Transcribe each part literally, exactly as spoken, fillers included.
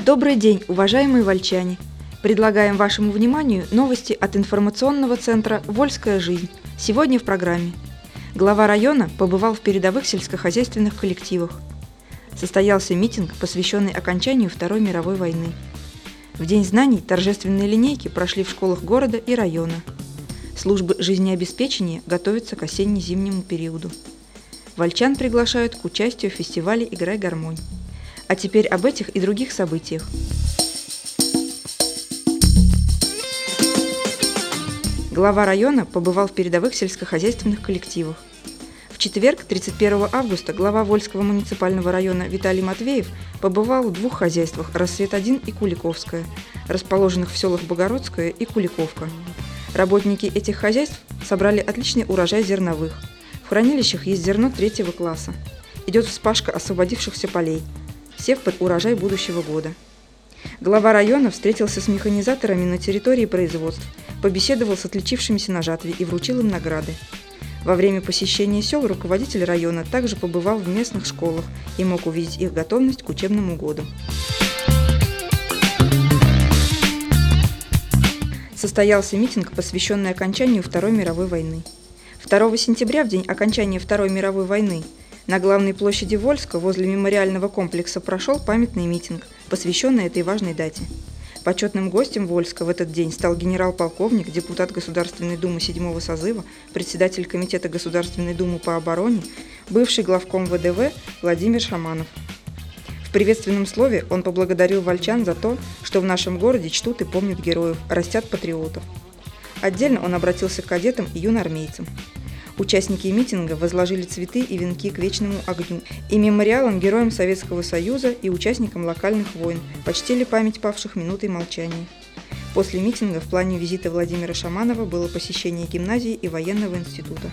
Добрый день, уважаемые вольчане! Предлагаем вашему вниманию новости от информационного центра «Вольская жизнь». Сегодня в программе. Глава района побывал в передовых сельскохозяйственных коллективах. Состоялся митинг, посвященный окончанию Второй мировой войны. В День знаний торжественные линейки прошли в школах города и района. Службы жизнеобеспечения готовятся к осенне-зимнему периоду. Вольчан приглашают к участию в фестивале «Играй гармонь». А теперь об этих и других событиях. Глава района побывал в передовых сельскохозяйственных коллективах. В четверг, тридцать первого августа, глава Вольского муниципального района Виталий Матвеев побывал в двух хозяйствах «Рассвет-один» и «Куликовское», расположенных в селах Богородское и Куликовка. Работники этих хозяйств собрали отличный урожай зерновых. В хранилищах есть зерно третьего класса. Идет вспашка освободившихся полей. Сев под урожай будущего года. Глава района встретился с механизаторами на территории производств, побеседовал с отличившимися на жатве и вручил им награды. Во время посещения сел руководитель района также побывал в местных школах и мог увидеть их готовность к учебному году. Состоялся митинг, посвященный окончанию Второй мировой войны. второго сентября, в день окончания Второй мировой войны, на главной площади Вольска возле мемориального комплекса прошел памятный митинг, посвященный этой важной дате. Почетным гостем Вольска в этот день стал генерал-полковник, депутат Государственной Думы седьмого созыва, председатель Комитета Государственной Думы по обороне, бывший главком вэ дэ вэ Владимир Шаманов. В приветственном слове он поблагодарил вольчан за то, что в нашем городе чтут и помнят героев, растят патриотов. Отдельно он обратился к кадетам и юноармейцам. Участники митинга возложили цветы и венки к вечному огню и мемориалам героям Советского Союза и участникам локальных войн, почтили память павших минутой молчания. После митинга в плане визита Владимира Шаманова было посещение гимназии и военного института.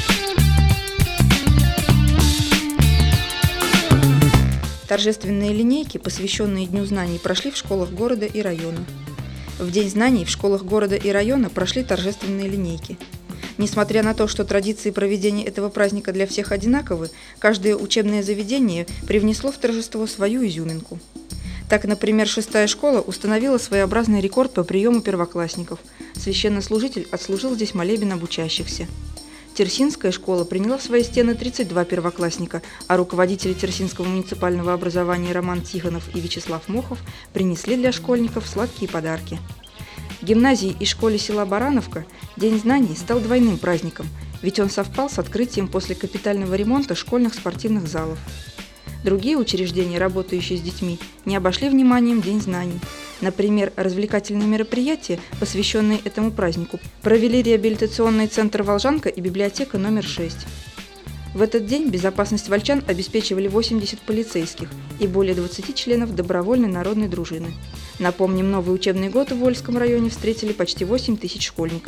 Торжественные линейки, посвященные Дню знаний, прошли в школах города и района. В День знаний в школах города и района прошли торжественные линейки. Несмотря на то, что традиции проведения этого праздника для всех одинаковы, каждое учебное заведение привнесло в торжество свою изюминку. Так, например, шестая школа установила своеобразный рекорд по приему первоклассников. Священнослужитель отслужил здесь молебен об учащихся. Терсинская школа приняла в свои стены тридцать два первоклассника, а руководители Терсинского муниципального образования Роман Тихонов и Вячеслав Мохов принесли для школьников сладкие подарки. В гимназии и школе села Барановка День знаний стал двойным праздником, ведь он совпал с открытием после капитального ремонта школьных спортивных залов. Другие учреждения, работающие с детьми, не обошли вниманием День знаний. Например, развлекательные мероприятия, посвященные этому празднику, провели реабилитационный центр «Волжанка» и библиотека номер шесть. В этот день безопасность вольчан обеспечивали восемьдесят полицейских и более двадцати членов добровольной народной дружины. Напомним, новый учебный год в Вольском районе встретили почти восемь тысяч школьников.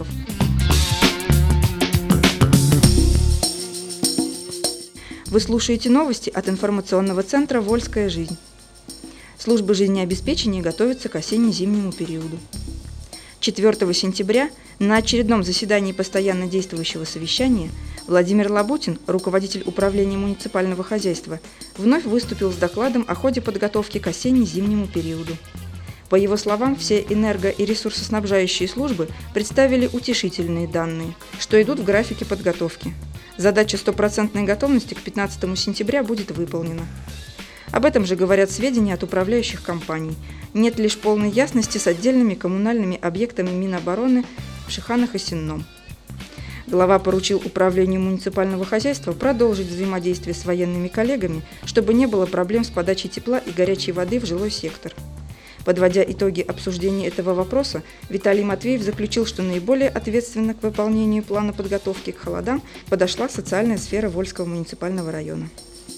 Вы слушаете новости от информационного центра «Вольская жизнь». Службы жизнеобеспечения готовятся к осенне-зимнему периоду. четвёртого сентября на очередном заседании постоянно действующего совещания Владимир Лабутин, руководитель управления муниципального хозяйства, вновь выступил с докладом о ходе подготовки к осенне-зимнему периоду. По его словам, все энерго- и ресурсоснабжающие службы представили утешительные данные, что идут в графике подготовки. Задача стопроцентной готовности к пятнадцатому сентября будет выполнена. Об этом же говорят сведения от управляющих компаний. Нет лишь полной ясности с отдельными коммунальными объектами Минобороны в Шиханах и Сенном. Глава поручил управлению муниципального хозяйства продолжить взаимодействие с военными коллегами, чтобы не было проблем с подачей тепла и горячей воды в жилой сектор. Подводя итоги обсуждения этого вопроса, Виталий Матвеев заключил, что наиболее ответственно к выполнению плана подготовки к холодам подошла социальная сфера Вольского муниципального района.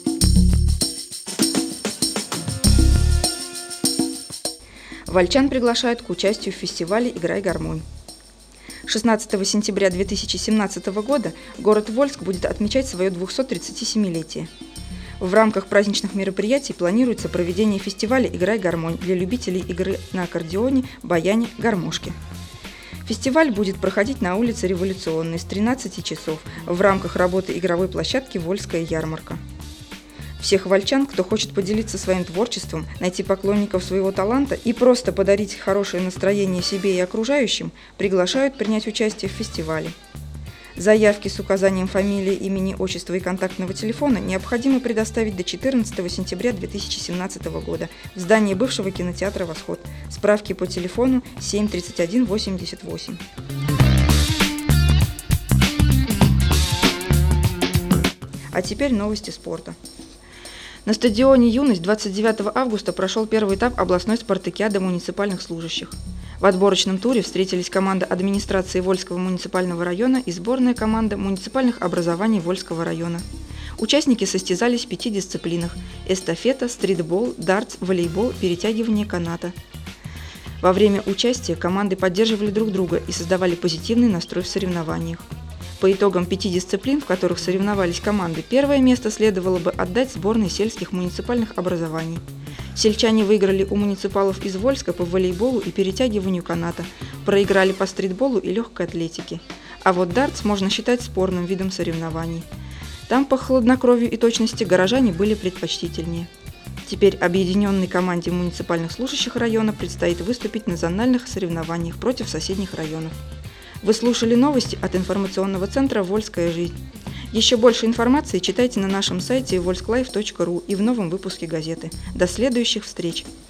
Вольчан приглашают к участию в фестивале «Играй гармонь». шестнадцатого сентября две тысячи семнадцатого года город Вольск будет отмечать свое двухсотридцатисемилетие. В рамках праздничных мероприятий планируется проведение фестиваля «Играй гармонь» для любителей игры на аккордеоне, баяне, гармошке. Фестиваль будет проходить на улице Революционной с тринадцати часов в рамках работы игровой площадки «Вольская ярмарка». Всех вольчан, кто хочет поделиться своим творчеством, найти поклонников своего таланта и просто подарить хорошее настроение себе и окружающим, приглашают принять участие в фестивале. Заявки с указанием фамилии, имени, отчества и контактного телефона необходимо предоставить до четырнадцатого сентября две тысячи семнадцатого года в здании бывшего кинотеатра «Восход». Справки по телефону семь тридцать один восемьдесят восемь. А теперь новости спорта. На стадионе «Юность» двадцать девятого августа прошел первый этап областной спартакиады муниципальных служащих. В отборочном туре встретились команда администрации Вольского муниципального района и сборная команда муниципальных образований Вольского района. Участники состязались в пяти дисциплинах – эстафета, стритбол, дартс, волейбол, перетягивание каната. Во время участия команды поддерживали друг друга и создавали позитивный настрой в соревнованиях. По итогам пяти дисциплин, в которых соревновались команды, первое место следовало бы отдать сборной сельских муниципальных образований. Сельчане выиграли у муниципалов из Вольска по волейболу и перетягиванию каната, проиграли по стритболу и легкой атлетике. А вот дартс можно считать спорным видом соревнований. Там по хладнокровию и точности горожане были предпочтительнее. Теперь объединенной команде муниципальных служащих района предстоит выступить на зональных соревнованиях против соседних районов. Вы слушали новости от информационного центра «Вольская жизнь». Еще больше информации читайте на нашем сайте вольсклайф точка ру и в новом выпуске газеты. До следующих встреч!